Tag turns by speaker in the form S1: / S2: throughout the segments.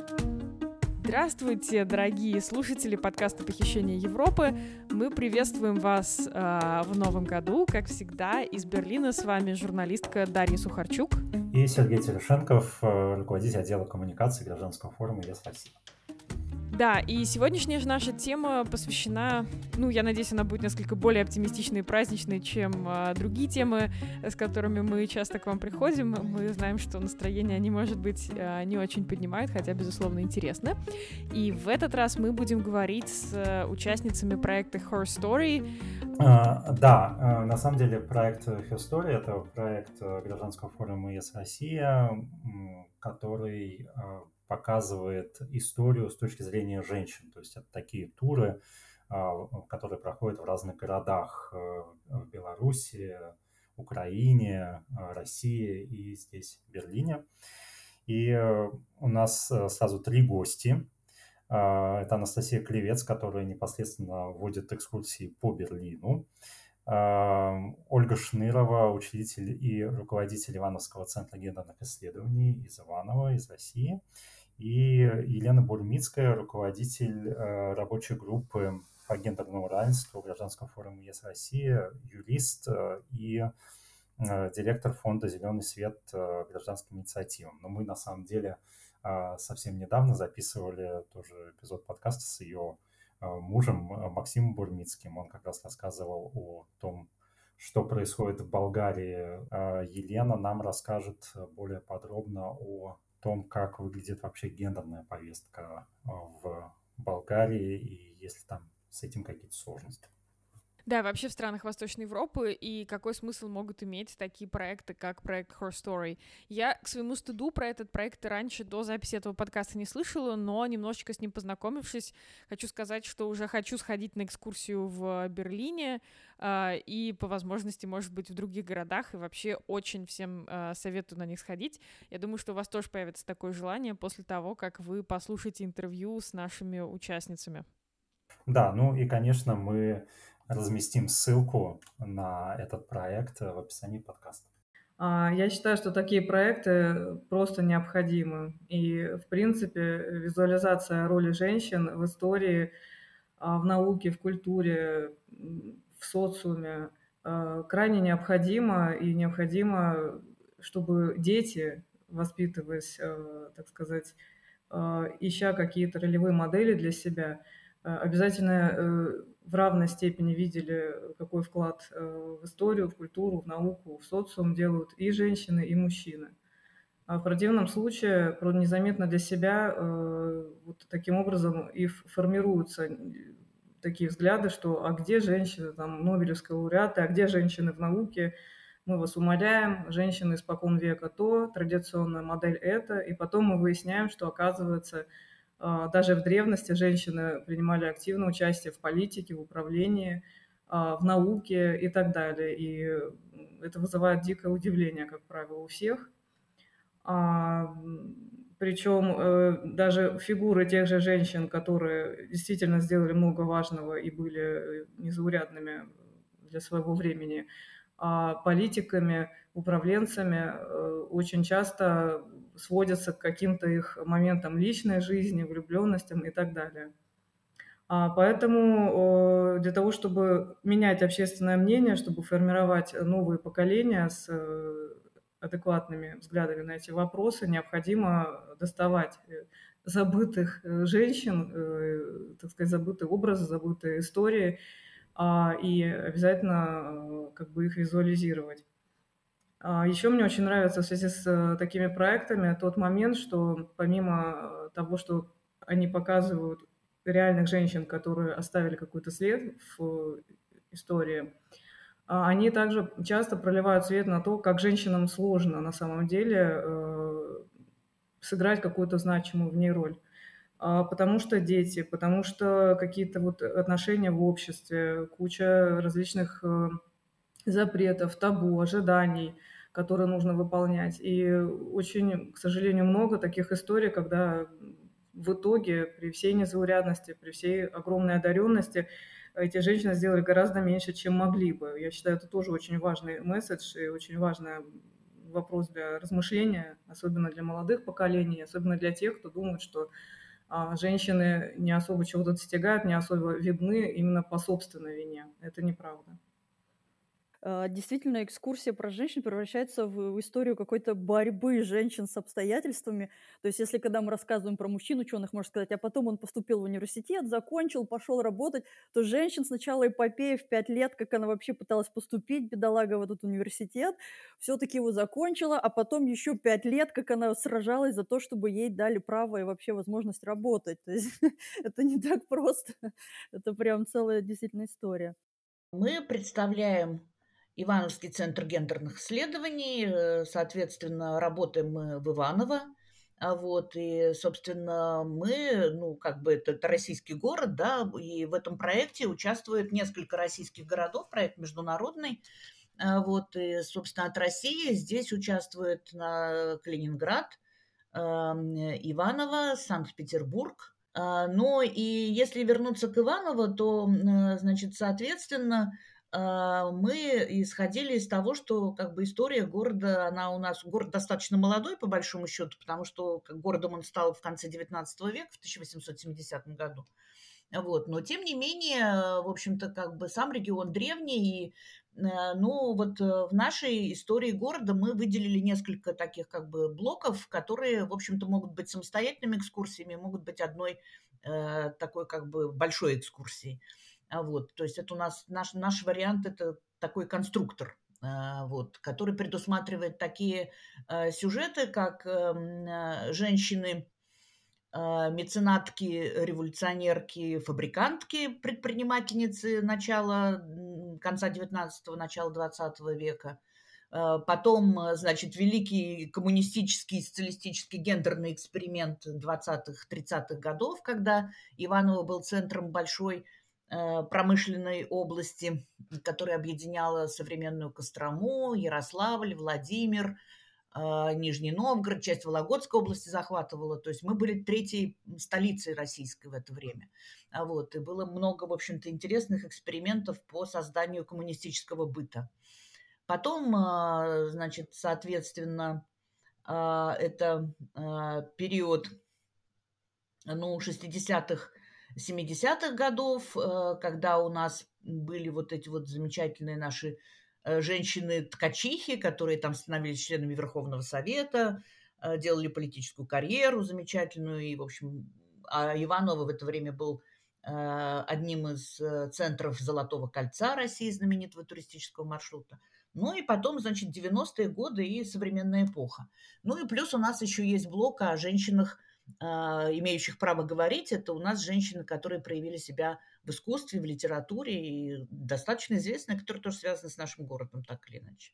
S1: Здравствуйте, дорогие слушатели подкаста «Похищение Европы». Мы приветствуем вас в новом году. Как всегда, из Берлина с вами журналистка Дарья Сухарчук.
S2: И Сергей Терешенков, руководитель отдела коммуникации Гражданского форума ЕС России.
S1: Да, и сегодняшняя же наша тема посвящена, я надеюсь, она будет несколько более оптимистичной и праздничной, чем другие темы, с которыми мы часто к вам приходим. Мы знаем, что настроение они, может быть, не очень поднимают, хотя, безусловно, интересно. И в этот раз мы будем говорить с участницами проекта Her Story.
S2: Да, на самом деле проект Her Story — это проект Гражданского форума ЕС Россия, который показывает историю с точки зрения женщин. То есть это такие туры, которые проходят в разных городах в Беларуси, Украине, России и здесь, в Берлине. И у нас сразу 3 гости. Это Анастасия Клевец, которая непосредственно вводит экскурсии по Берлину. Ольга Шнырова, учредитель и руководитель Ивановского центра гендерных исследований из Иваново, из России. И Елена Бурмицкая, руководитель рабочей группы по гендерному равенству Гражданского форума ЕС Россия, юрист и директор фонда «Зеленый свет» гражданским инициативам. Но мы на самом деле совсем недавно записывали тоже эпизод подкаста с ее мужем Максимом Бурмицким. Он как раз рассказывал о том, что происходит в Болгарии. Елена нам расскажет более подробно о том, как выглядит вообще гендерная повестка в Болгарии и есть ли там с этим какие-то сложности.
S1: Да, вообще в странах Восточной Европы, и какой смысл могут иметь такие проекты, как проект Her Story. Я, к своему стыду, про этот проект раньше, до записи этого подкаста, не слышала, но немножечко с ним познакомившись, хочу сказать, что уже хочу сходить на экскурсию в Берлине и, по возможности, может быть, в других городах, и вообще очень всем советую на них сходить. Я думаю, что у вас тоже появится такое желание после того, как вы послушаете интервью с нашими участницами.
S2: Да, и, конечно, мы разместим ссылку на этот проект в описании подкаста.
S3: Я считаю, что такие проекты просто необходимы. И, в принципе, визуализация роли женщин в истории, в науке, в культуре, в социуме крайне необходима. И необходимо, чтобы дети, воспитываясь, так сказать, ища какие-то ролевые модели для себя, обязательно в равной степени видели, какой вклад в историю, в культуру, в науку, в социум делают и женщины, и мужчины. А в противном случае незаметно для себя вот таким образом и формируются такие взгляды, что а где женщины, там, Нобелевские лауреаты, а где женщины в науке? Мы вас умоляем, женщины испокон века то, традиционная модель это, и потом мы выясняем, что, оказывается, даже в древности женщины принимали активное участие в политике, в управлении, в науке и так далее. И это вызывает дикое удивление, как правило, у всех. Причем даже фигуры тех же женщин, которые действительно сделали много важного и были незаурядными для своего времени, политиками, управленцами, очень часто сводятся к каким-то их моментам личной жизни, влюбленностям и так далее. Поэтому для того, чтобы менять общественное мнение, чтобы формировать новые поколения с адекватными взглядами на эти вопросы, необходимо доставать забытых женщин, так сказать, забытые образы, забытые истории, и обязательно как бы их визуализировать. Еще мне очень нравится в связи с такими проектами тот момент, что помимо того, что они показывают реальных женщин, которые оставили какой-то след в истории, они также часто проливают свет на то, как женщинам сложно на самом деле сыграть какую-то значимую в ней роль. Потому что дети, потому что какие-то вот отношения в обществе, куча различных запретов, табу, ожиданий, которые нужно выполнять. И очень, к сожалению, много таких историй, когда в итоге при всей незаурядности, при всей огромной одаренности эти женщины сделали гораздо меньше, чем могли бы. Я считаю, это тоже очень важный месседж и очень важная вопрос для размышления, особенно для молодых поколений, особенно для тех, кто думает, что женщины не особо чего-то достигают, не особо видны именно по собственной вине. Это неправда.
S4: Действительно, экскурсия про женщин превращается в историю какой-то борьбы женщин с обстоятельствами. То есть если когда мы рассказываем про мужчин, ученых, можно сказать, а потом он поступил в университет, закончил, пошел работать, то женщин сначала эпопея в 5 лет, как она вообще пыталась поступить, бедолага, в этот университет, все-таки его закончила, а потом еще 5 лет, как она сражалась за то, чтобы ей дали право и вообще возможность работать. То есть это не так просто. Это прям целая действительно история.
S5: Мы представляем Ивановский центр гендерных исследований, соответственно, работаем мы в Иваново, вот, и, собственно, мы, ну, как бы это российский город, да, и в этом проекте участвует несколько российских городов, проект международный, вот, и, собственно, от России здесь участвует Калининград, Иваново, Санкт-Петербург. Но и если вернуться к Иваново, то, значит, соответственно, мы исходили из того, что как бы история города, она у нас, город достаточно молодой, по большому счету, потому что как городом он стал в конце 19 века, в 1870 году. Вот. Но, тем не менее, в общем-то, как бы сам регион древний, и ну, вот в нашей истории города мы выделили несколько таких как бы блоков, которые, в общем-то, могут быть самостоятельными экскурсиями, могут быть одной такой как бы большой экскурсией. Вот, то есть это у нас наш вариант, это такой конструктор, вот, который предусматривает такие сюжеты, как женщины, меценатки, революционерки, фабрикантки, предпринимательницы конца 19-го, начала 20 века. Потом, значит, великий коммунистический социалистический гендерный эксперимент 20-30-х годов, когда Иваново был центром большой промышленной области, которая объединяла современную Кострому, Ярославль, Владимир, Нижний Новгород, часть Вологодской области захватывала. То есть мы были третьей столицей российской в это время. Вот. И было много, в общем-то, интересных экспериментов по созданию коммунистического быта. Потом, значит, соответственно, это период 60-х, 70-х годов, когда у нас были вот эти вот замечательные наши женщины-ткачихи, которые там становились членами Верховного Совета, делали политическую карьеру замечательную. И, в общем, Иваново в это время был одним из центров Золотого кольца России, знаменитого туристического маршрута. Ну и потом, значит, 90-е годы и современная эпоха. Ну и плюс у нас еще есть блок о женщинах, имеющих право говорить. Это у нас женщины, которые проявили себя в искусстве, в литературе, и достаточно известные, которые тоже связаны с нашим городом, так или иначе.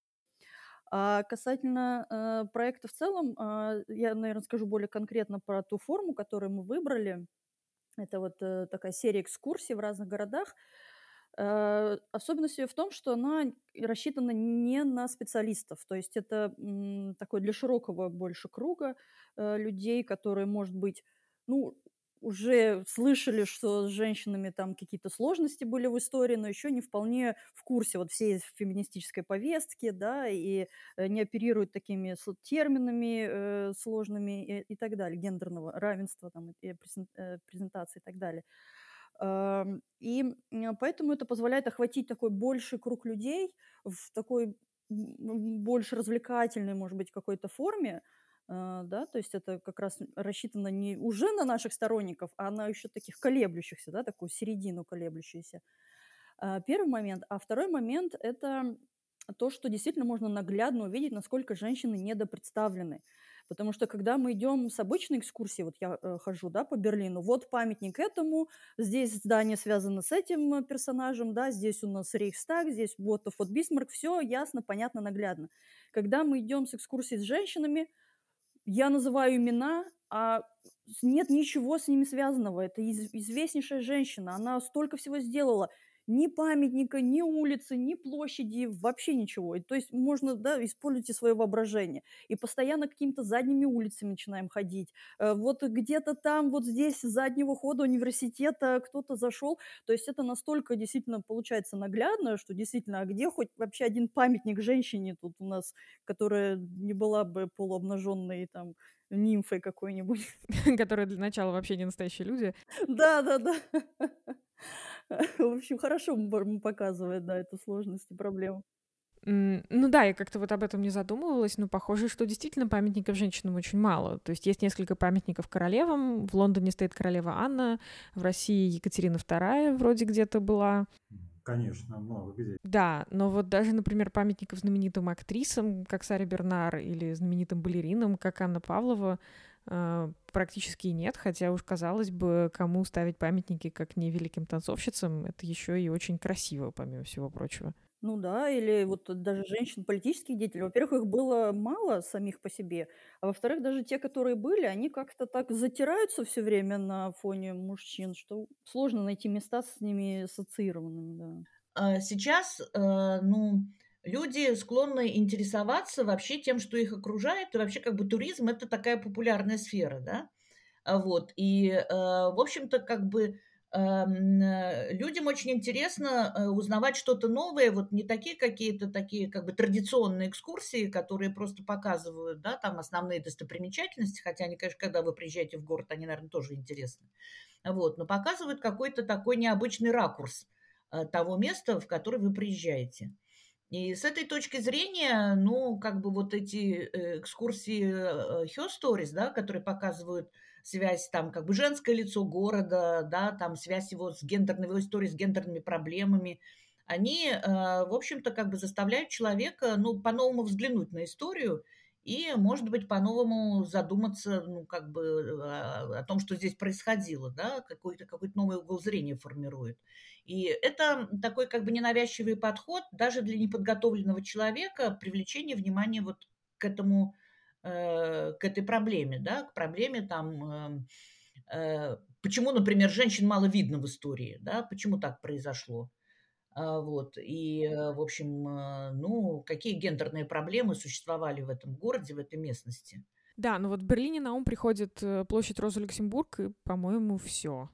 S4: А касательно проекта в целом, я, наверное, скажу более конкретно про ту форму, которую мы выбрали. Это вот такая серия экскурсий в разных городах. Особенность ее в том, что она рассчитана не на специалистов. То есть это такой для широкого больше круга людей, которые, может быть, ну, уже слышали, что с женщинами там какие-то сложности были в истории, но еще не вполне в курсе вот всей феминистической повестки, да, и не оперируют такими терминами сложными и так далее, гендерного равенства, там, и презентации и так далее. И поэтому это позволяет охватить такой больший круг людей в такой больше развлекательной, может быть, какой-то форме, да, то есть это как раз рассчитано не уже на наших сторонников, а на еще таких колеблющихся, да, такую середину колеблющуюся. Первый момент. А второй момент – это то, что действительно можно наглядно увидеть, насколько женщины недопредставлены. Потому что когда мы идем с обычной экскурсией, вот я хожу, да, по Берлину, вот памятник этому, здесь здание связано с этим персонажем, да, здесь у нас Рейхстаг, здесь вот Бисмарк, все ясно, понятно, наглядно. Когда мы идем с экскурсией с женщинами, я называю имена, а нет ничего с ними связанного. Это известнейшая женщина, она столько всего сделала. ни памятника, ни улицы, ни площади, вообще ничего. То есть можно, да, используйте свое воображение. И постоянно какими-то задними улицами начинаем ходить. Вот где-то там, вот здесь, с заднего хода университета кто-то зашел. То есть это настолько действительно получается наглядно, что действительно, а где хоть вообще один памятник женщине тут у нас, которая не была бы полуобнаженной там нимфой какой-нибудь.
S1: Которые для начала вообще не настоящие люди.
S4: Да-да-да. В общем, хорошо показывает, да, эту сложность и проблему.
S1: Ну да, я как-то вот об этом не задумывалась, но похоже, что действительно памятников женщинам очень мало. То есть есть несколько памятников королевам. В Лондоне стоит королева Анна, в России Екатерина II вроде где-то была.
S2: Конечно, много где.
S1: Да, но вот даже, например, памятников знаменитым актрисам, как Саре Бернар, или знаменитым балеринам, как Анна Павлова, практически нет, хотя уж, казалось бы, кому ставить памятники, как не великим танцовщицам, это еще и очень красиво, помимо всего прочего.
S4: Ну да, или вот даже женщин, политических деятелей. Во-первых, их было мало самих по себе, а во-вторых, даже те, которые были, они как-то так затираются все время на фоне мужчин, что сложно найти места с ними ассоциированными, да.
S5: Сейчас, ну, люди склонны интересоваться вообще тем, что их окружает. И вообще как бы туризм — это такая популярная сфера, да. Вот. И, в общем-то, как бы, людям очень интересно, узнавать что-то новое. Вот не такие какие-то такие как бы традиционные экскурсии, которые просто показывают, да, там основные достопримечательности, хотя они, конечно, когда вы приезжаете в город, они, наверно, тоже интересны. Вот. Но показывают какой-то такой необычный ракурс, того места, в которое вы приезжаете. И с этой точки зрения, ну, как бы вот эти экскурсии Her Stories, да, которые показывают связь там как бы женское лицо города, да, там связь его с гендерной, его истории с гендерными проблемами, они, в общем-то, как бы заставляют человека, ну, по-новому взглянуть на историю и, может быть, по-новому задуматься, ну, как бы о том, что здесь происходило, да, какой-то новый угол зрения формирует. И это такой как бы ненавязчивый подход даже для неподготовленного человека, привлечение внимания вот к этому, к этой проблеме, да, к проблеме там, почему, например, женщин мало видно в истории, да, почему так произошло. Вот, и, в общем, ну, какие гендерные проблемы существовали в этом городе, в этой местности.
S1: Да, ну вот в Берлине на ум приходит площадь Роза Люксембург, и, по-моему, все.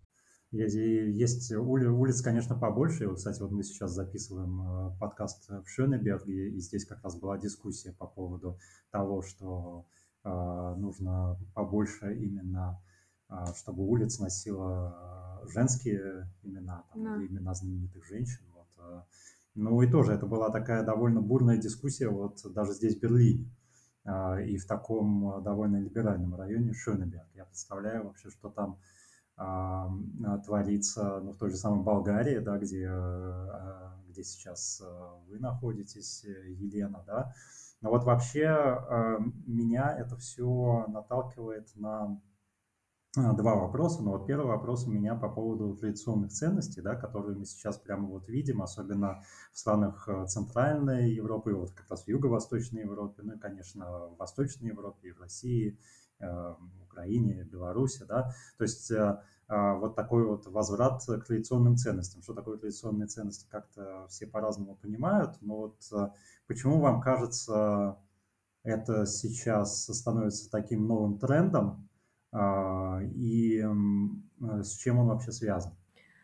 S2: Есть улиц, конечно, побольше. И вот, кстати, вот мы сейчас записываем подкаст в Шönеберге, и здесь как раз была дискуссия по поводу того, что нужно побольше именно, чтобы улица носила женские имена, там,
S1: Да.
S2: или имена знаменитых женщин. Вот. Ну и тоже это была такая довольно бурная дискуссия вот даже здесь, в Берлине, и в таком довольно либеральном районе Шönеберг. Я представляю вообще, что там творится, ну, в той же самой Болгарии, да, где сейчас вы находитесь, Елена, да. Но вот вообще меня это все наталкивает на два вопроса. Ну вот первый вопрос у меня по поводу традиционных ценностей, да, которые мы сейчас прямо вот видим, особенно в странах Центральной Европы, вот как раз в Юго-Восточной Европе, ну и, конечно, в Восточной Европе, и в России, Украине, Беларуси, да. То есть вот такой вот возврат к традиционным ценностям. Что такое традиционные ценности, как-то все по-разному понимают, но вот почему вам кажется, это сейчас становится таким новым трендом, и с чем он вообще связан?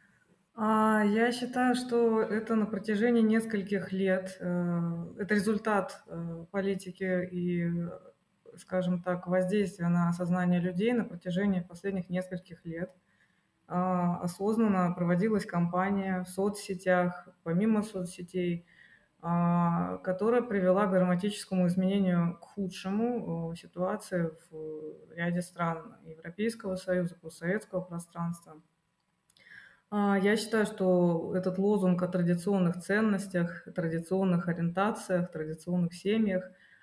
S3: Я считаю, что это на протяжении нескольких лет, это результат политики и, скажем так, воздействия на сознание людей на протяжении последних нескольких лет. Осознанно проводилась кампания в соцсетях, помимо соцсетей, которая привела к драматическому изменению к худшему ситуации в ряде стран Европейского Союза, постсоветского пространства. Я считаю, что этот лозунг о традиционных ценностях, традиционных ориентациях, традиционных семьях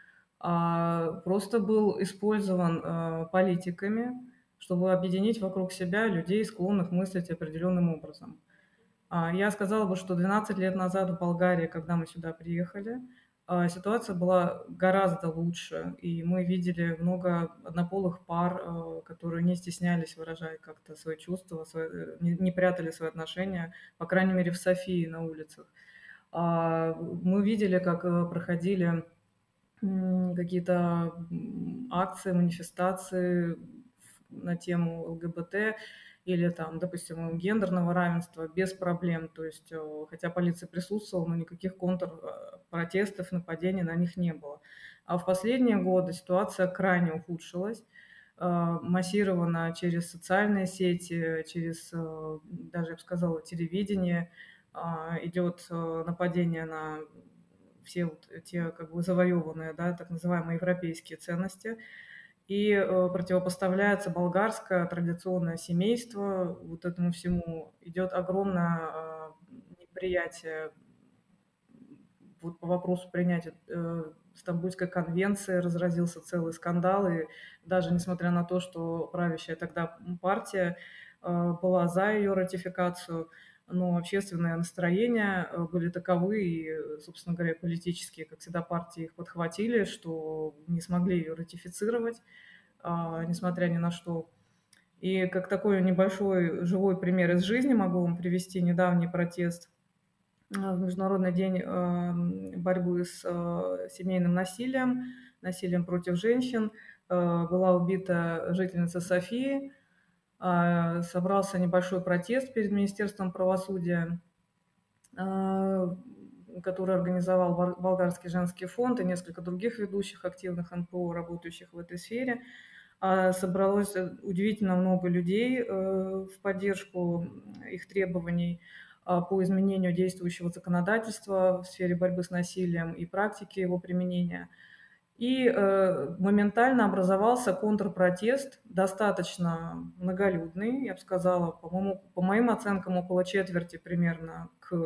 S3: просто был использован политиками, чтобы объединить вокруг себя людей, склонных мыслить определенным образом. Я сказала бы, что 12 лет назад в Болгарии, когда мы сюда приехали, ситуация была гораздо лучше, и мы видели много однополых пар, которые не стеснялись выражать как-то свои чувства, не прятали свои отношения, по крайней мере, в Софии на улицах. Мы видели, как проходили какие-то акции, манифестации на тему ЛГБТ или там, допустим, гендерного равенства без проблем. То есть, хотя полиция присутствовала, но никаких контрпротестов, нападений на них не было. А в последние годы ситуация крайне ухудшилась, массированно через социальные сети, через, даже, я бы сказала, телевидение идет нападение на все вот те как бы завоеванные, да, так называемые европейские ценности. И противопоставляется болгарское традиционное семейство. Вот этому всему идет огромное неприятие вот по вопросу принятия Стамбульской конвенции, разразился целый скандал. И даже несмотря на то, что правящая тогда партия была за ее ратификацию, но общественные настроения были таковы, и, собственно говоря, политические, как всегда, партии их подхватили, что не смогли ее ратифицировать, несмотря ни на что. И как такой небольшой живой пример из жизни могу вам привести недавний протест в Международный день борьбы с семейным насилием против женщин. Была убита жительница Софии. Собрался небольшой протест перед Министерством правосудия, который организовал Болгарский женский фонд и несколько других ведущих активных НПО, работающих в этой сфере. Собралось удивительно много людей в поддержку их требований по изменению действующего законодательства в сфере борьбы с насилием и практики его применения. И моментально образовался контрпротест, достаточно многолюдный, я бы сказала, по моим оценкам, около четверти примерно к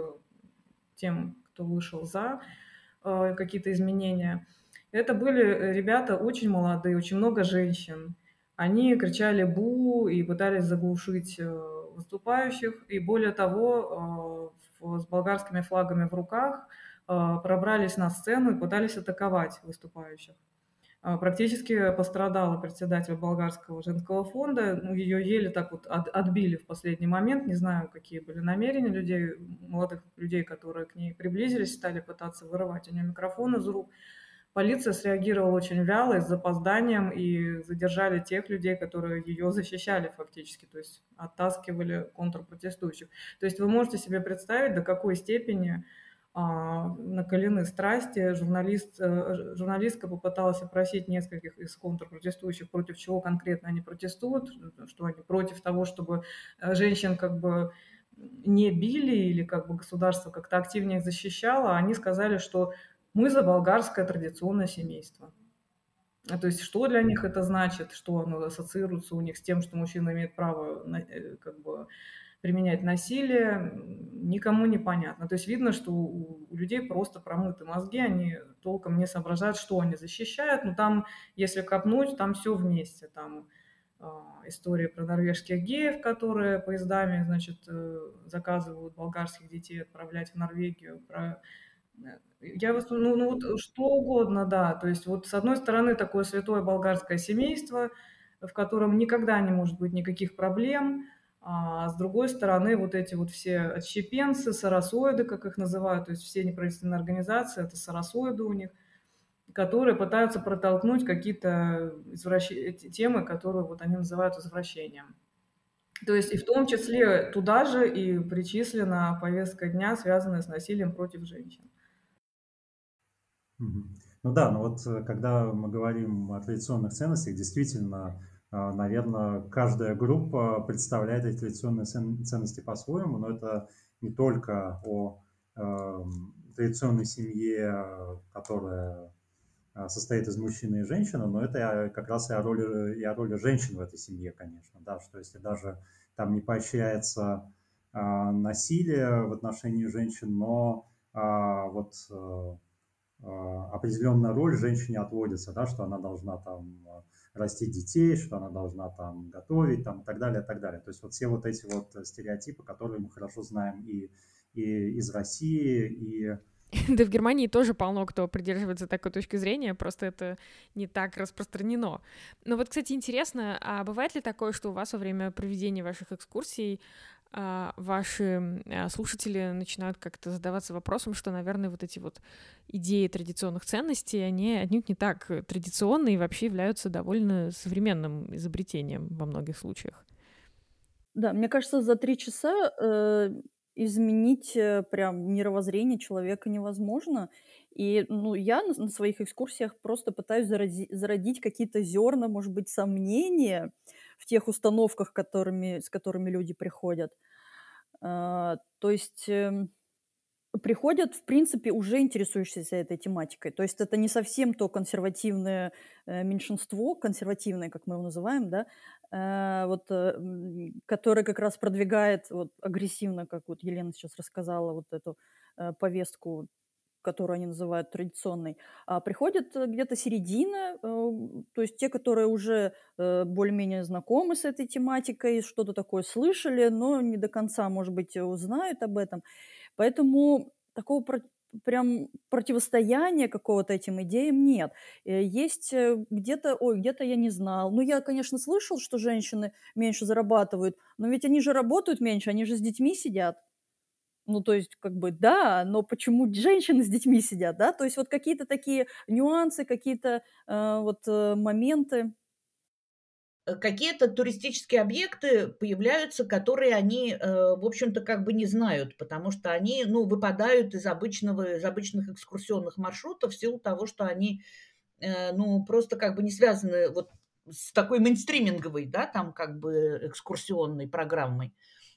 S3: тем, кто вышел за какие-то изменения. Это были ребята очень молодые, очень много женщин. Они кричали «бу» и пытались заглушить выступающих. И более того, с болгарскими флагами в руках пробрались на сцену и пытались атаковать выступающих. Практически пострадала председатель болгарского женского фонда. Ну, ее еле так вот отбили в последний момент. Не знаю, какие были намерения людей, молодых людей, которые к ней приблизились, стали пытаться вырывать у нее микрофон из рук. Полиция среагировала очень вяло и с запозданием, и задержали тех людей, которые ее защищали фактически, то есть оттаскивали контрпротестующих. То есть вы можете себе представить, до какой степени накалены страсти. Журналистка попыталась опросить нескольких из контрпротестующих, против чего конкретно они протестуют, что они против того, чтобы женщин как бы не били или как бы государство как-то активнее их защищало. Они сказали, что мы за болгарское традиционное семейство. То есть что для них это значит, что оно ассоциируется у них с тем, что мужчина имеет право как бы применять насилие, никому не понятно. То есть видно, что у людей просто промыты мозги, они толком не соображают, что они защищают. Но там, если копнуть, там все вместе. Там история про норвежских геев, которые поездами, значит, заказывают болгарских детей отправлять в Норвегию. Ну вот что угодно, да. То есть вот с одной стороны такое святое болгарское семейство, в котором никогда не может быть никаких проблем, а с другой стороны вот эти вот все отщепенцы, сарасоиды, как их называют, то есть все неправительственные организации, это сарасоиды у них, которые пытаются протолкнуть какие-то темы, которые вот они называют извращением. То есть и в том числе туда же и причислена повестка дня, связанная с насилием против женщин.
S2: Ну да, но вот когда мы говорим о традиционных ценностях, действительно, наверное, каждая группа представляет эти традиционные ценности по-своему, но это не только о традиционной семье, которая состоит из мужчины и женщины, но это как раз и о роли женщин в этой семье, конечно, да, что если даже там не поощряется насилие в отношении женщин, но вот определенная роль женщине отводится, да, что она должна там растить детей, что она должна там готовить, там, и так далее, и так далее. То есть вот все вот эти вот стереотипы, которые мы хорошо знаем и из России, и
S1: Да, в Германии тоже полно кто придерживается такой точки зрения, просто это не так распространено. Но вот, кстати, интересно, а бывает ли такое, что у вас во время проведения ваших экскурсий ваши слушатели начинают как-то задаваться вопросом, что, наверное, вот эти вот идеи традиционных ценностей, они отнюдь не так традиционные и вообще являются довольно современным изобретением во многих случаях?
S4: Да, мне кажется, за 3 часа, изменить, прям мировоззрение человека невозможно. И, ну, я на своих экскурсиях просто пытаюсь зародить какие-то зерна, может быть, сомнения в тех установках, с которыми люди приходят. То есть, приходят, в принципе, уже интересующиеся этой тематикой. То есть это не совсем то консервативное, меньшинство, консервативное, как мы его называем, да, которое как раз продвигает вот агрессивно, как вот Елена сейчас рассказала, вот эту, повестку, которую они называют традиционной. А приходит, где-то середина, то есть те, которые уже, более-менее знакомы с этой тематикой, что-то такое слышали, но не до конца, может быть, знают об этом. Поэтому такого прям противостояния какого-то этим идеям нет. Есть, где-то я не знал. Ну, я, конечно, слышал, что женщины меньше зарабатывают, но ведь они же работают меньше, они же с детьми сидят. Ну, то есть, как бы, да, но почему женщины с детьми сидят, да? То есть вот какие-то такие нюансы, какие-то, моменты.
S5: Какие-то туристические объекты появляются, которые они, в общем-то, как бы не знают, потому что они, ну, выпадают из обычных экскурсионных маршрутов в силу того, что они, ну, просто как бы не связаны вот с такой мейнстриминговой, да, там как бы экскурсионной программой.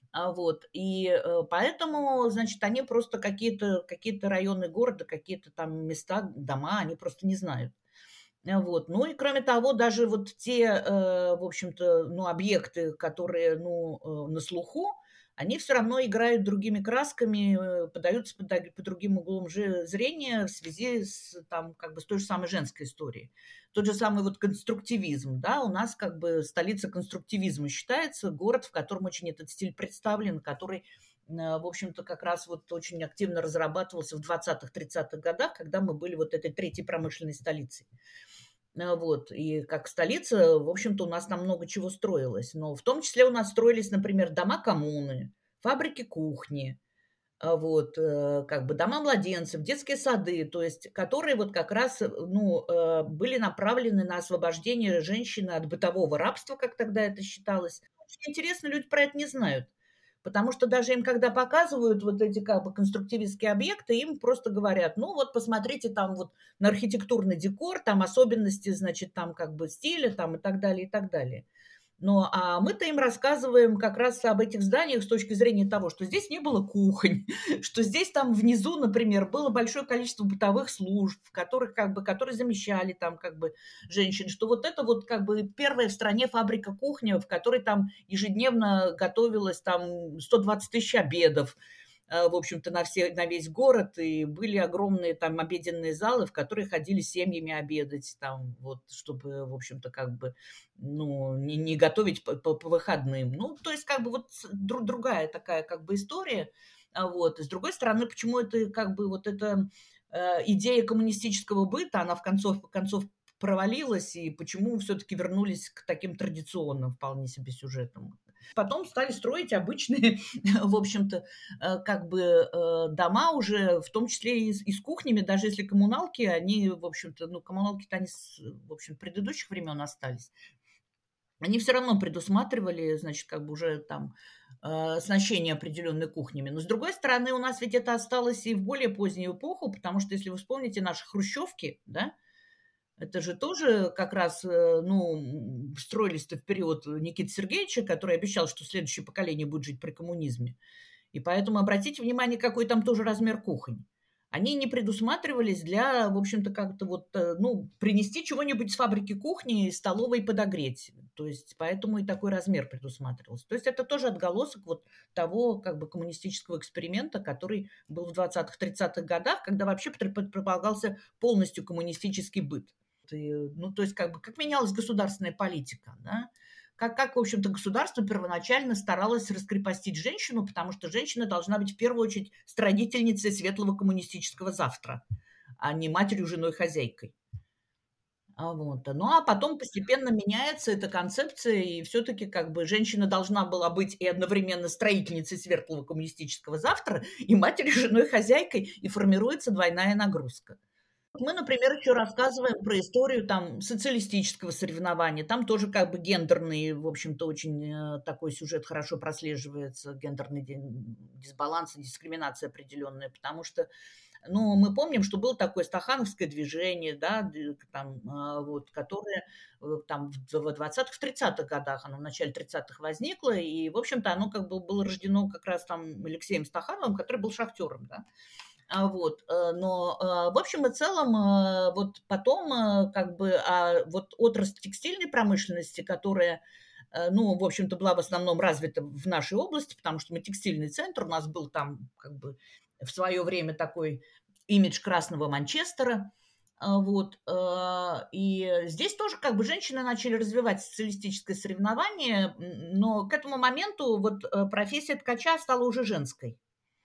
S5: Поэтому, значит, они просто какие-то районы города, какие-то там места, дома, они просто не знают. Ну и кроме того, даже вот те, в общем-то, ну, объекты, которые, ну, на слуху, они все равно играют другими красками, подаются под другим углом зрения в связи с, там, как бы с той же самой женской историей. Тот же самый вот конструктивизм, да, у нас как бы столица конструктивизма считается, город, в котором очень этот стиль представлен, который, в общем-то, как раз вот очень активно разрабатывался в 20-30-х годах, когда мы были вот этой третьей промышленной столицей. И как столица, в общем-то, у нас там много чего строилось. Но в том числе у нас строились, например, дома коммуны, фабрики кухни, как бы дома младенцев, детские сады, то есть которые вот как раз, были направлены на освобождение женщины от бытового рабства, как тогда это считалось. Очень интересно, люди про это не знают. Потому что даже им, когда показывают вот эти как бы конструктивистские объекты, им просто говорят, ну вот посмотрите там вот на архитектурный декор, там особенности, значит, там как бы стиля там и так далее, и так далее. А мы-то им рассказываем как раз об этих зданиях с точки зрения того, что здесь не было кухонь, что здесь там внизу, например, было большое количество бытовых служб, которые замещали там как бы женщин, что вот это вот как бы первая в стране фабрика кухни, в которой там ежедневно готовилось там 120 тысяч обедов, в общем-то, на весь город, и были огромные там обеденные залы, в которые ходили семьями обедать, там, вот, чтобы, в общем-то, как бы, ну, не готовить по выходным. Ну, то есть, как бы, вот другая такая, как бы, история. И с другой стороны, почему это, как бы, вот эта идея коммунистического быта, она в концов провалилась, и почему все-таки вернулись к таким традиционным вполне себе сюжетам. Потом стали строить обычные, в общем-то, дома уже, в том числе и с кухнями, даже если коммуналки, они, в общем-то, ну, коммуналки-то они, в общем, предыдущих времен остались. Они все равно предусматривали, значит, как бы уже там оснащение определенной кухнями. Но, с другой стороны, у нас ведь это осталось и в более позднюю эпоху, потому что, если вы вспомните наши хрущевки, да, это же тоже как раз, строились-то в период Никиты Сергеевича, который обещал, что следующее поколение будет жить при коммунизме. И поэтому обратите внимание, какой там тоже размер кухонь. Они не предусматривались для, в общем-то, как-то принести чего-нибудь с фабрики кухни, из столовой и подогреть. То есть поэтому и такой размер предусматривался. То есть это тоже отголосок вот того как бы коммунистического эксперимента, который был в 20-30-х годах, когда вообще предполагался полностью коммунистический быт. То есть как менялась государственная политика, да? как, в общем-то, государство первоначально старалось раскрепостить женщину, потому что женщина должна быть в первую очередь строительницей светлого коммунистического завтра, а не матерью, женой, хозяйкой. Вот. Ну, а потом постепенно меняется эта концепция, и все-таки как бы женщина должна была быть и одновременно строительницей светлого коммунистического завтра, и матерью, женой, хозяйкой, и формируется двойная нагрузка. Мы, например, еще рассказываем про историю там социалистического соревнования. Там тоже как бы гендерный, в общем-то, очень такой сюжет хорошо прослеживается, гендерный дисбаланс и дискриминация определенная, потому что, ну, мы помним, что было такое стахановское движение, да, там, вот, которое там в 20-х, в 30-х годах, оно в начале 30-х возникло, и, в общем-то, оно как бы было рождено как раз там Алексеем Стахановым, который был шахтером, да. Вот, но, в общем и целом, вот потом, как бы, вот отрасль текстильной промышленности, которая, ну, в общем-то, была в основном развита в нашей области, потому что мы текстильный центр, у нас был там, как бы, в свое время такой имидж красного Манчестера, вот, и здесь тоже, как бы, женщины начали развивать социалистическое соревнование, но к этому моменту вот профессия ткача стала уже женской.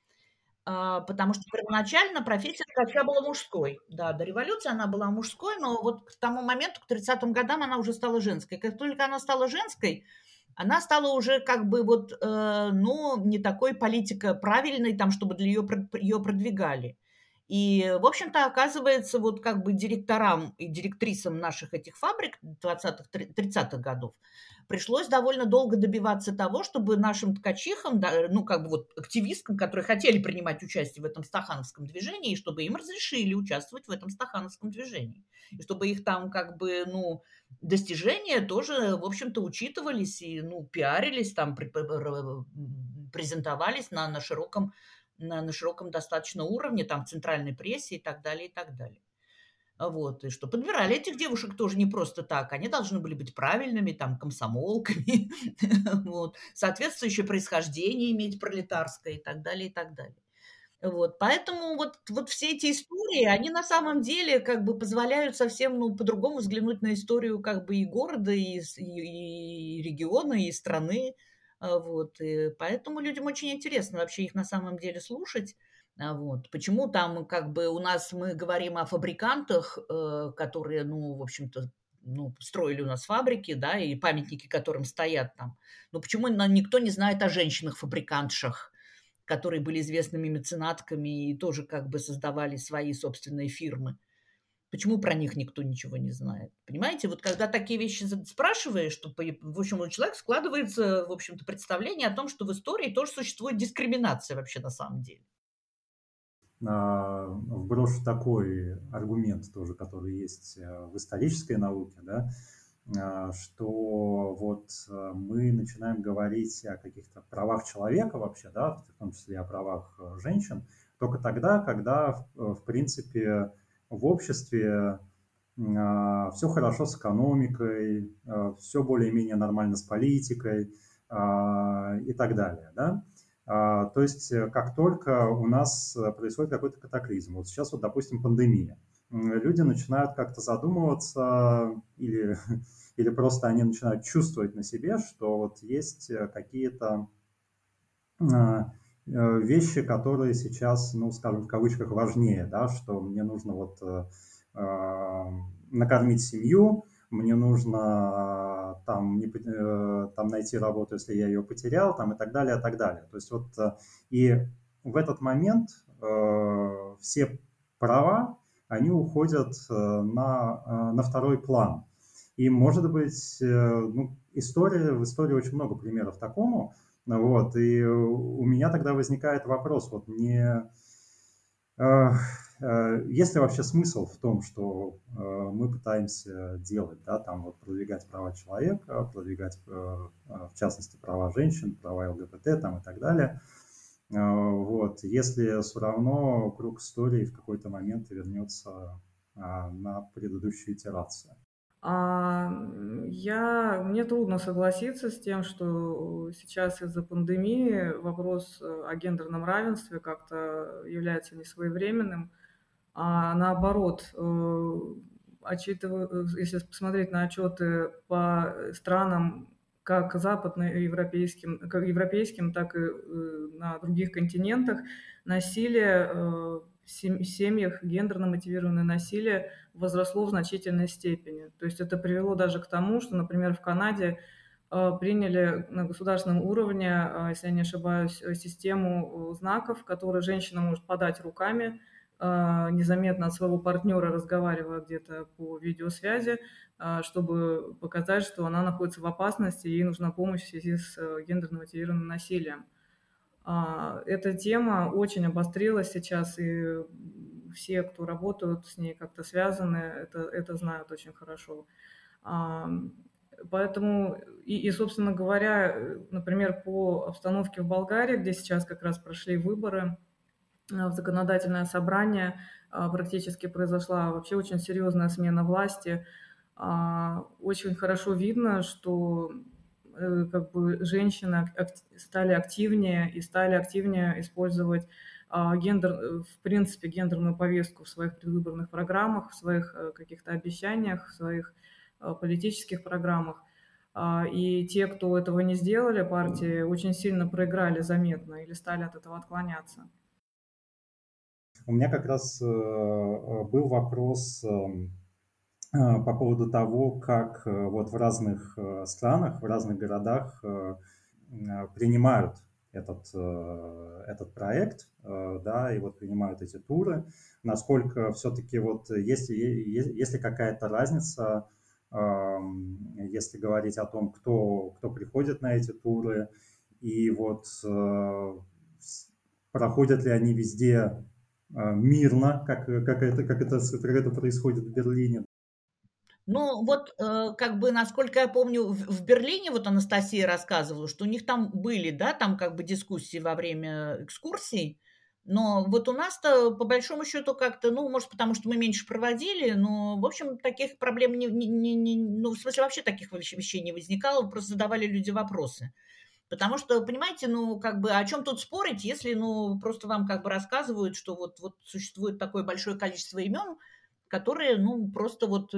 S5: Потому что первоначально профессия ткача была мужской. Да, до революции она была мужской, но вот к тому моменту, к 30-м годам, она уже стала женской. Как только она стала женской, она стала уже как бы вот, ну, не такой политико правильной, там, чтобы для ее продвигали. И, в общем-то, оказывается, вот как бы директорам и директрисам наших этих фабрик 20-х, 30-х годов пришлось довольно долго добиваться того, чтобы нашим ткачихам, да, ну, как бы вот активисткам, которые хотели принимать участие в этом стахановском движении, и чтобы им разрешили участвовать в этом стахановском движении. И чтобы их там как бы, ну, достижения тоже, в общем-то, учитывались и, ну, пиарились, там, презентовались на широком достаточно уровне, там, в центральной прессе и так далее, и так далее. Вот, и что подбирали этих девушек тоже не просто так, они должны были быть правильными, там, комсомолками, вот, соответствующее происхождение иметь пролетарское и так далее, и так далее. Вот, поэтому вот все эти истории, они на самом деле как бы позволяют совсем, ну, по-другому взглянуть на историю как бы и города, и региона, и страны. Вот, и поэтому людям очень интересно вообще их на самом деле слушать. Вот. Почему там как бы у нас мы говорим о фабрикантах, которые, ну, в общем-то, ну, строили у нас фабрики, да, и памятники которым стоят там. Но почему никто не знает о женщинах-фабрикантшах, которые были известными меценатками и тоже как бы создавали свои собственные фирмы? Почему про них никто ничего не знает? Понимаете, вот когда такие вещи спрашиваешь, что, в общем, у человека складывается, в общем-то, представление о том, что в истории тоже существует дискриминация вообще на самом деле.
S2: Вброшу такой аргумент тоже, который есть в исторической науке, да, что вот мы начинаем говорить о каких-то правах человека вообще, да, в том числе о правах женщин, только тогда, когда, в принципе, в обществе все хорошо с экономикой, все более-менее нормально с политикой и так далее, да. То есть как только у нас происходит какой-то катаклизм, вот сейчас вот, допустим, пандемия, люди начинают как-то задумываться или просто они начинают чувствовать на себе, что вот есть какие-то вещи, которые сейчас, ну, скажем, в кавычках важнее, да, что мне нужно вот накормить семью, мне нужно там найти работу, если я ее потерял, там и так далее, и так далее. То есть вот и в этот момент все права, они уходят на второй план. И, может быть, ну, в истории очень много примеров такому. Вот, и у меня тогда возникает вопрос, вот есть ли вообще смысл в том, что мы пытаемся делать, да, там вот продвигать права человека, продвигать, в частности, права женщин, права ЛГБТ там и так далее, вот, если все равно круг истории в какой-то момент вернется на предыдущую итерацию.
S3: Мне трудно согласиться с тем, что сейчас из-за пандемии вопрос о гендерном равенстве как-то является несвоевременным. А наоборот, если посмотреть на отчеты по странам, как западноевропейским, как европейским, так и на других континентах насилие в семьях, гендерно мотивированное насилие возросло в значительной степени. То есть это привело даже к тому, что, например, в Канаде приняли на государственном уровне, если я не ошибаюсь, систему знаков, которые женщина может подать руками, незаметно от своего партнера, разговаривая где-то по видеосвязи, чтобы показать, что она находится в опасности и ей нужна помощь в связи с гендерно мотивированным насилием. Эта тема очень обострилась сейчас, и все, кто работают с ней, как-то связаны, это знают очень хорошо. Поэтому, собственно говоря, например, по обстановке в Болгарии, где сейчас как раз прошли выборы в законодательное собрание, практически произошла вообще очень серьезная смена власти. Очень хорошо видно, что как бы женщины стали активнее использовать в принципе, гендерную повестку в своих предвыборных программах, в своих каких-то обещаниях, в своих политических программах. И те, кто этого не сделали, партии очень сильно проиграли заметно или стали от этого отклоняться.
S2: У меня как раз был вопрос по поводу того, как вот в разных странах, в разных городах принимают этот проект, да, и вот принимают эти туры. Насколько все-таки вот есть ли какая-то разница, если говорить о том, кто приходит на эти туры, и вот проходят ли они везде мирно, как это происходит в Берлине.
S5: Ну, вот, как бы, насколько я помню, в Берлине, вот Анастасия рассказывала, что у них там были, да, там как бы дискуссии во время экскурсий, но вот у нас-то, по большому счету, как-то, ну, может, потому что мы меньше проводили, но, в общем, таких проблем ну, в смысле, вообще таких вещей не возникало, просто задавали люди вопросы. Потому что, понимаете, ну, как бы, о чем тут спорить, если, ну, просто вам как бы рассказывают, что вот существует такое большое количество имен, которые, ну, просто вот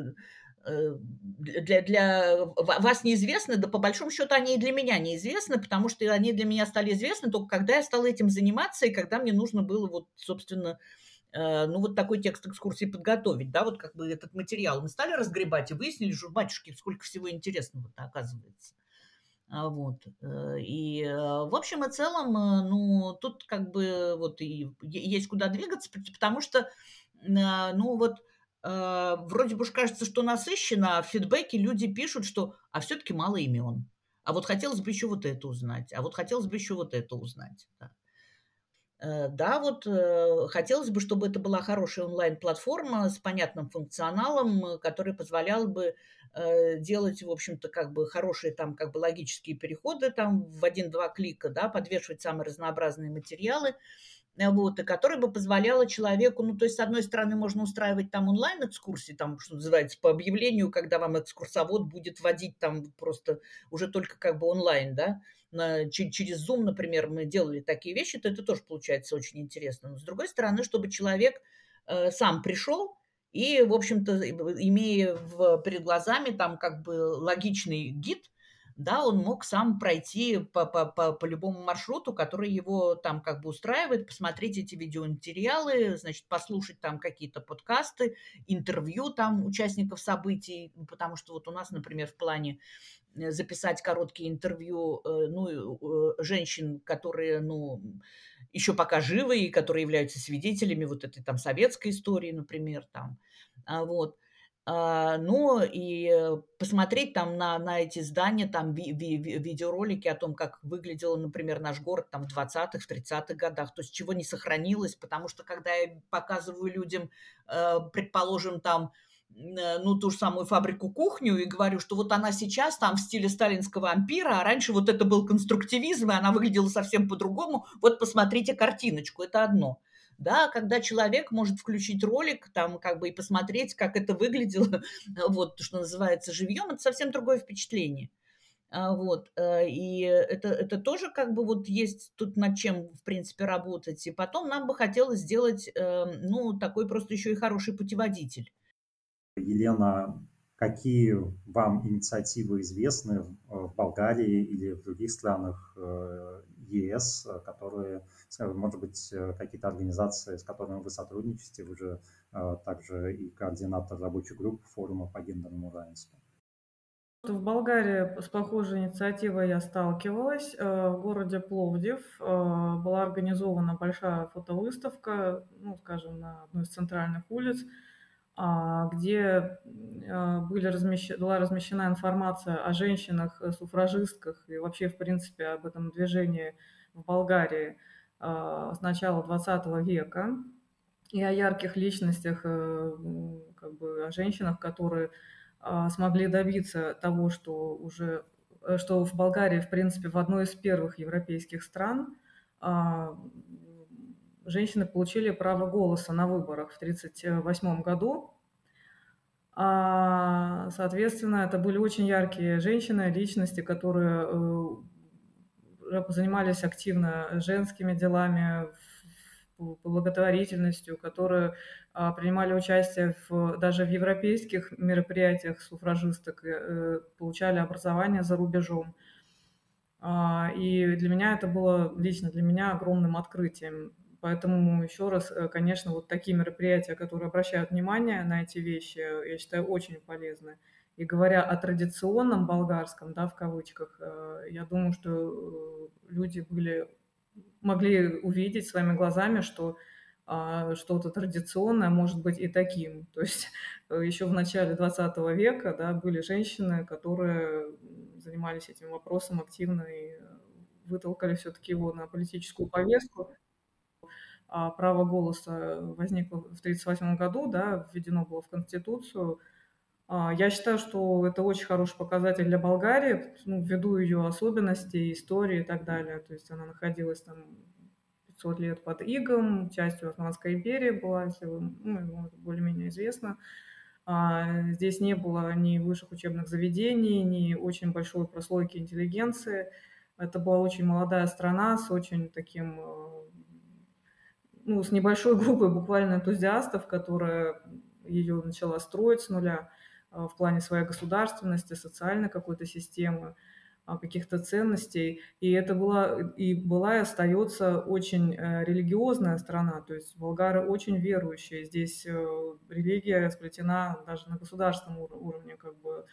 S5: для вас неизвестны, да по большому счету они и для меня неизвестны, потому что они для меня стали известны только когда я стала этим заниматься, и когда мне нужно было вот, собственно, ну, вот такой текст экскурсии подготовить, да, вот как бы этот материал. Мы стали разгребать и выяснили, что, батюшки, сколько всего интересного-то оказывается. Вот. И в общем и целом, ну, тут как бы вот и есть куда двигаться, потому что, ну, вот вроде бы уж кажется, что насыщенно, а в фидбэке люди пишут, что а все-таки мало имен. А вот хотелось бы еще вот это узнать, а вот хотелось бы еще вот это узнать. Да. Да, вот хотелось бы, чтобы это была хорошая онлайн-платформа с понятным функционалом, который позволял бы делать, в общем-то, как бы хорошие там как бы логические переходы там в 1-2 клика, да, подвешивать самые разнообразные материалы, вот, и который бы позволяло человеку, ну, то есть, с одной стороны, можно устраивать там онлайн-экскурсии, там, что называется, по объявлению, когда вам экскурсовод будет водить там просто уже только как бы онлайн, да, через Zoom, например, мы делали такие вещи, то это тоже получается очень интересно. Но с другой стороны, чтобы человек сам пришел и, в общем-то, имея перед глазами там как бы логичный гид, да, он мог сам пройти по любому маршруту, который его там как бы устраивает, посмотреть эти видеоматериалы, значит, послушать там какие-то подкасты, интервью там участников событий, потому что вот у нас, например, в плане записать короткие интервью, ну, женщин, которые, ну, еще пока живы и которые являются свидетелями вот этой там советской истории, например, там, вот. Ну, и посмотреть там на эти здания, там видеоролики о том, как выглядел, например, наш город там в 20-х, в 30-х годах, то есть чего не сохранилось, потому что когда я показываю людям, предположим, там, ну, ту же самую фабрику-кухню и говорю, что вот она сейчас там в стиле сталинского ампира, а раньше вот это был конструктивизм, и она выглядела совсем по-другому, вот посмотрите картиночку, это одно. Да, когда человек может включить ролик там как бы и посмотреть, как это выглядело, вот, что называется, живьем, это совсем другое впечатление. Вот, и это тоже как бы вот есть тут над чем, в принципе, работать. И потом нам бы хотелось сделать, ну, такой просто еще и хороший путеводитель.
S2: Елена какие вам инициативы известны в Болгарии или в других странах ЕС, которые, скажем, может быть, какие-то организации, с которыми вы сотрудничаете, вы же также и координатор рабочей группы форума по гендерному равенству.
S3: В Болгарии с похожей инициативой я сталкивалась. В городе Пловдив была организована большая фотовыставка, ну, скажем, на одной из центральных улиц, где была размещена информация о женщинах-суфражистках и вообще, в принципе, об этом движении в Болгарии с начала 20 века и о ярких личностях, как бы о женщинах, которые смогли добиться того, что в Болгарии, в принципе, в одной из первых европейских стран женщины получили право голоса на выборах в 1938 году. Соответственно, это были очень яркие женщины, личности, которые занимались активно женскими делами, благотворительностью, которые принимали участие даже в европейских мероприятиях суфражисток, получали образование за рубежом. И для меня это было, лично для меня, огромным открытием. Поэтому еще раз, конечно, вот такие мероприятия, которые обращают внимание на эти вещи, я считаю, очень полезны. И говоря о традиционном болгарском, да, в кавычках, я думаю, что люди могли увидеть своими глазами, что что-то традиционное может быть и таким. То есть еще в начале 20 века, да, были женщины, которые занимались этим вопросом активно и вытолкали все-таки его на политическую повестку. Право голоса возникло в 1938 году, да, введено было в Конституцию. Я считаю, что это очень хороший показатель для Болгарии, ну, ввиду ее особенностей, истории и так далее. То есть она находилась там 500 лет под игом, частью Османской империи была, если вы, ну, более-менее известно. Здесь не было ни высших учебных заведений, ни очень большой прослойки интеллигенции. Это была очень молодая страна с очень таким, ну, с небольшой группой буквально энтузиастов, которая ее начала строить с нуля в плане своей государственности, социальной какой-то системы, каких-то ценностей. И это была и остается очень религиозная страна. То есть болгары очень верующие. Здесь религия сплетена даже на государственном уровне, как бы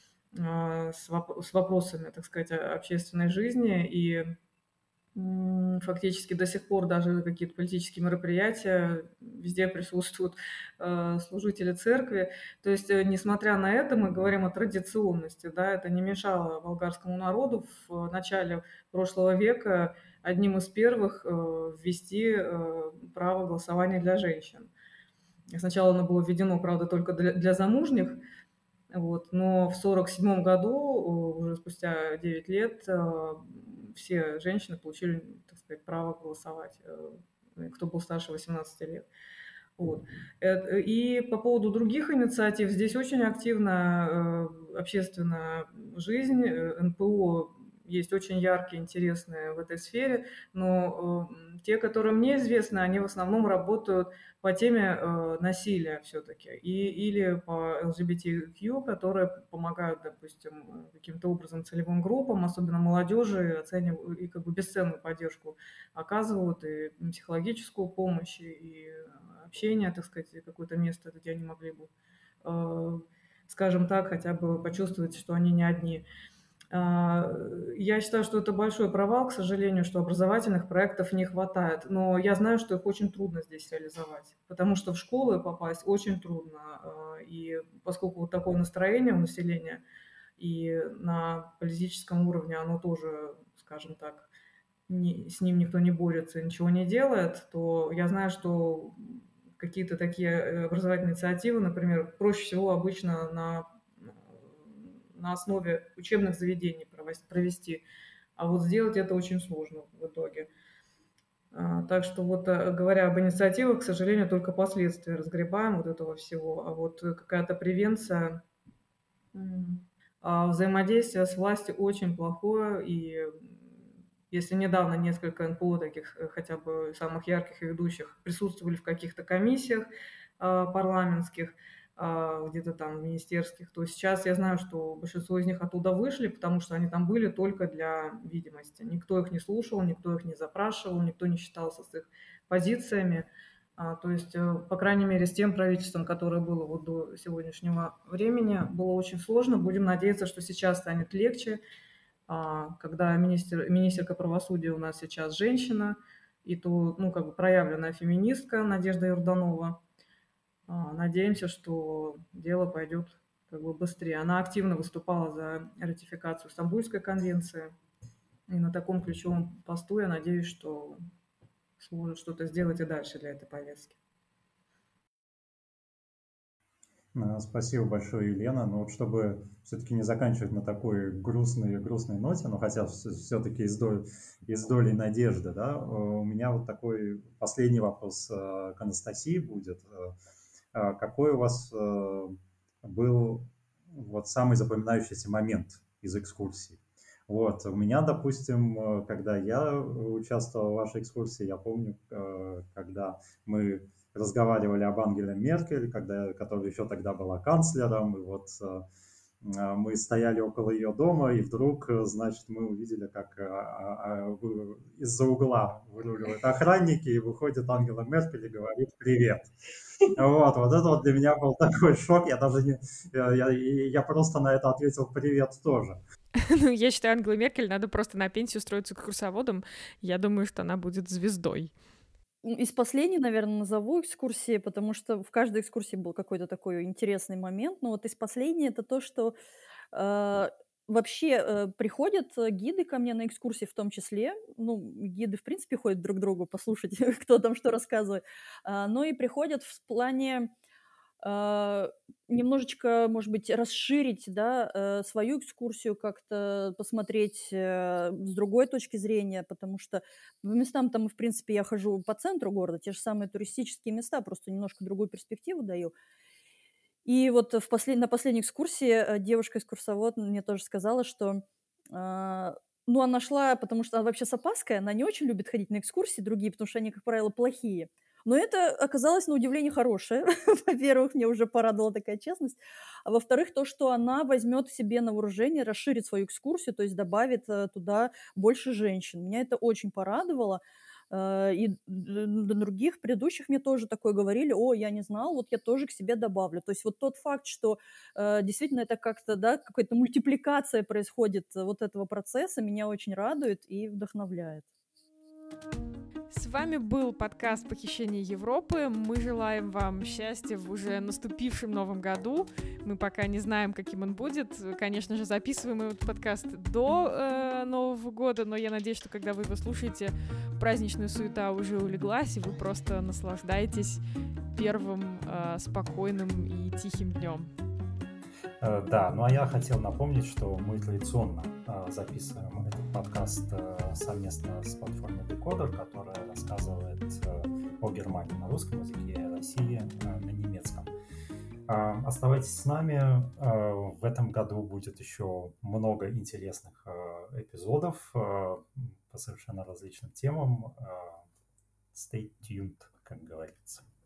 S3: с вопросами, так сказать, общественной жизни. И фактически до сих пор даже какие-то политические мероприятия, везде присутствуют служители церкви. То есть, несмотря на это, мы говорим о традиционности, да, это не мешало болгарскому народу в начале прошлого века одним из первых ввести право голосования для женщин. Сначала оно было введено, правда, только для замужних, вот, но в 1947 году, уже спустя 9 лет, все женщины получили, так сказать, право голосовать, кто был старше 18 лет. Вот. И по поводу других инициатив, здесь очень активна общественная жизнь, НПО есть очень яркие, интересные в этой сфере, но те, которые мне известны, они в основном работают по теме насилия все-таки, или по ЛГБТQ, которые помогают, допустим, каким-то образом целевым группам, особенно молодежи, оценивают и как бы бесценную поддержку оказывают, и психологическую помощь, и общение, так сказать, какое-то место, где они могли бы, скажем так, хотя бы почувствовать, что они не одни. Я считаю, что это большой провал, к сожалению, что образовательных проектов не хватает. Но я знаю, что их очень трудно здесь реализовать, потому что в школы попасть очень трудно. И поскольку вот такое настроение у населения, и на политическом уровне оно тоже, скажем так, с ним никто не борется, ничего не делает, то я знаю, что какие-то такие образовательные инициативы, например, проще всего обычно на основе учебных заведений провести. А вот сделать это очень сложно в итоге. Так что вот, говоря об инициативах, к сожалению, только последствия разгребаем вот этого всего. А вот какая-то превенция, взаимодействие с властью очень плохое. И если недавно несколько НПО таких, хотя бы самых ярких и ведущих, присутствовали в каких-то комиссиях парламентских, где-то там министерских, то сейчас я знаю, что большинство из них оттуда вышли, потому что они там были только для видимости. Никто их не слушал, никто их не запрашивал, никто не считался с их позициями. То есть, по крайней мере, с тем правительством, которое было вот до сегодняшнего времени, было очень сложно. Будем надеяться, что сейчас станет легче, когда министерка правосудия у нас сейчас женщина, и то, ну, как бы проявленная феминистка Надежда Юрданова. Надеемся, что дело пойдет как бы быстрее. Она активно выступала за ратификацию Стамбульской конвенции. И на таком ключевом посту я надеюсь, что сможет что-то сделать и дальше для этой повестки.
S2: Спасибо большое, Елена. Но вот чтобы все-таки не заканчивать на такой грустной ноте, но хотя все-таки из доли надежды, да, у меня вот такой последний вопрос к Анастасии будет. Какой у вас был вот самый запоминающийся момент из экскурсии? Вот, у меня, допустим, когда я участвовал в вашей экскурсии, я помню, когда мы разговаривали об Ангеле Меркель, которая еще тогда была канцлером, и вот мы стояли около ее дома, и вдруг, значит, мы увидели, как из-за угла выруливают охранники, и выходит Ангела Меркель и говорит «Привет». Вот это вот для меня был такой шок, я просто на это ответил «Привет» тоже.
S1: Ну, я считаю, Ангеле Меркель надо просто на пенсию устроиться экскурсоводом. Я думаю, что она будет звездой.
S4: Из последней, наверное, назову экскурсии, потому что в каждой экскурсии был какой-то такой интересный момент. Но вот из последней это то, что вообще приходят гиды ко мне на экскурсии в том числе. Ну, гиды, в принципе, ходят друг к другу послушать, кто там что рассказывает. Но и приходят в плане немножечко, может быть, расширить, да, свою экскурсию, как-то посмотреть с другой точки зрения, потому что по местам там, в принципе, я хожу по центру города, те же самые туристические места, просто немножко другую перспективу даю. И вот на последней экскурсии девушка-экскурсовод мне тоже сказала, что ну, она шла, потому что она вообще с опаской, она не очень любит ходить на экскурсии другие, потому что они, как правило, плохие. Но это оказалось, на удивление, хорошее. Во-первых, мне уже порадовала такая честность. А во-вторых, то, что она возьмет себе на вооружение, расширит свою экскурсию, то есть добавит туда больше женщин. Меня это очень порадовало. И до других предыдущих мне тоже такое говорили: о, я не знал, вот я тоже к себе добавлю. То есть вот тот факт, что действительно это как-то, да, какая-то мультипликация происходит вот этого процесса, меня очень радует и вдохновляет.
S1: С вами был подкаст «Похищение Европы». Мы желаем вам счастья в уже наступившем новом году. Мы пока не знаем, каким он будет. Конечно же, записываем этот подкаст до Нового года, но я надеюсь, что когда вы его слушаете, праздничная суета уже улеглась, и вы просто наслаждаетесь первым спокойным и тихим днем.
S2: Да, ну а я хотел напомнить, что мы традиционно записываем этот подкаст совместно с платформой Decoder, которая рассказывает о Германии на русском языке и о России на немецком. Оставайтесь с нами. В этом году будет еще много интересных эпизодов по совершенно различным темам. Stay tuned, как говорится.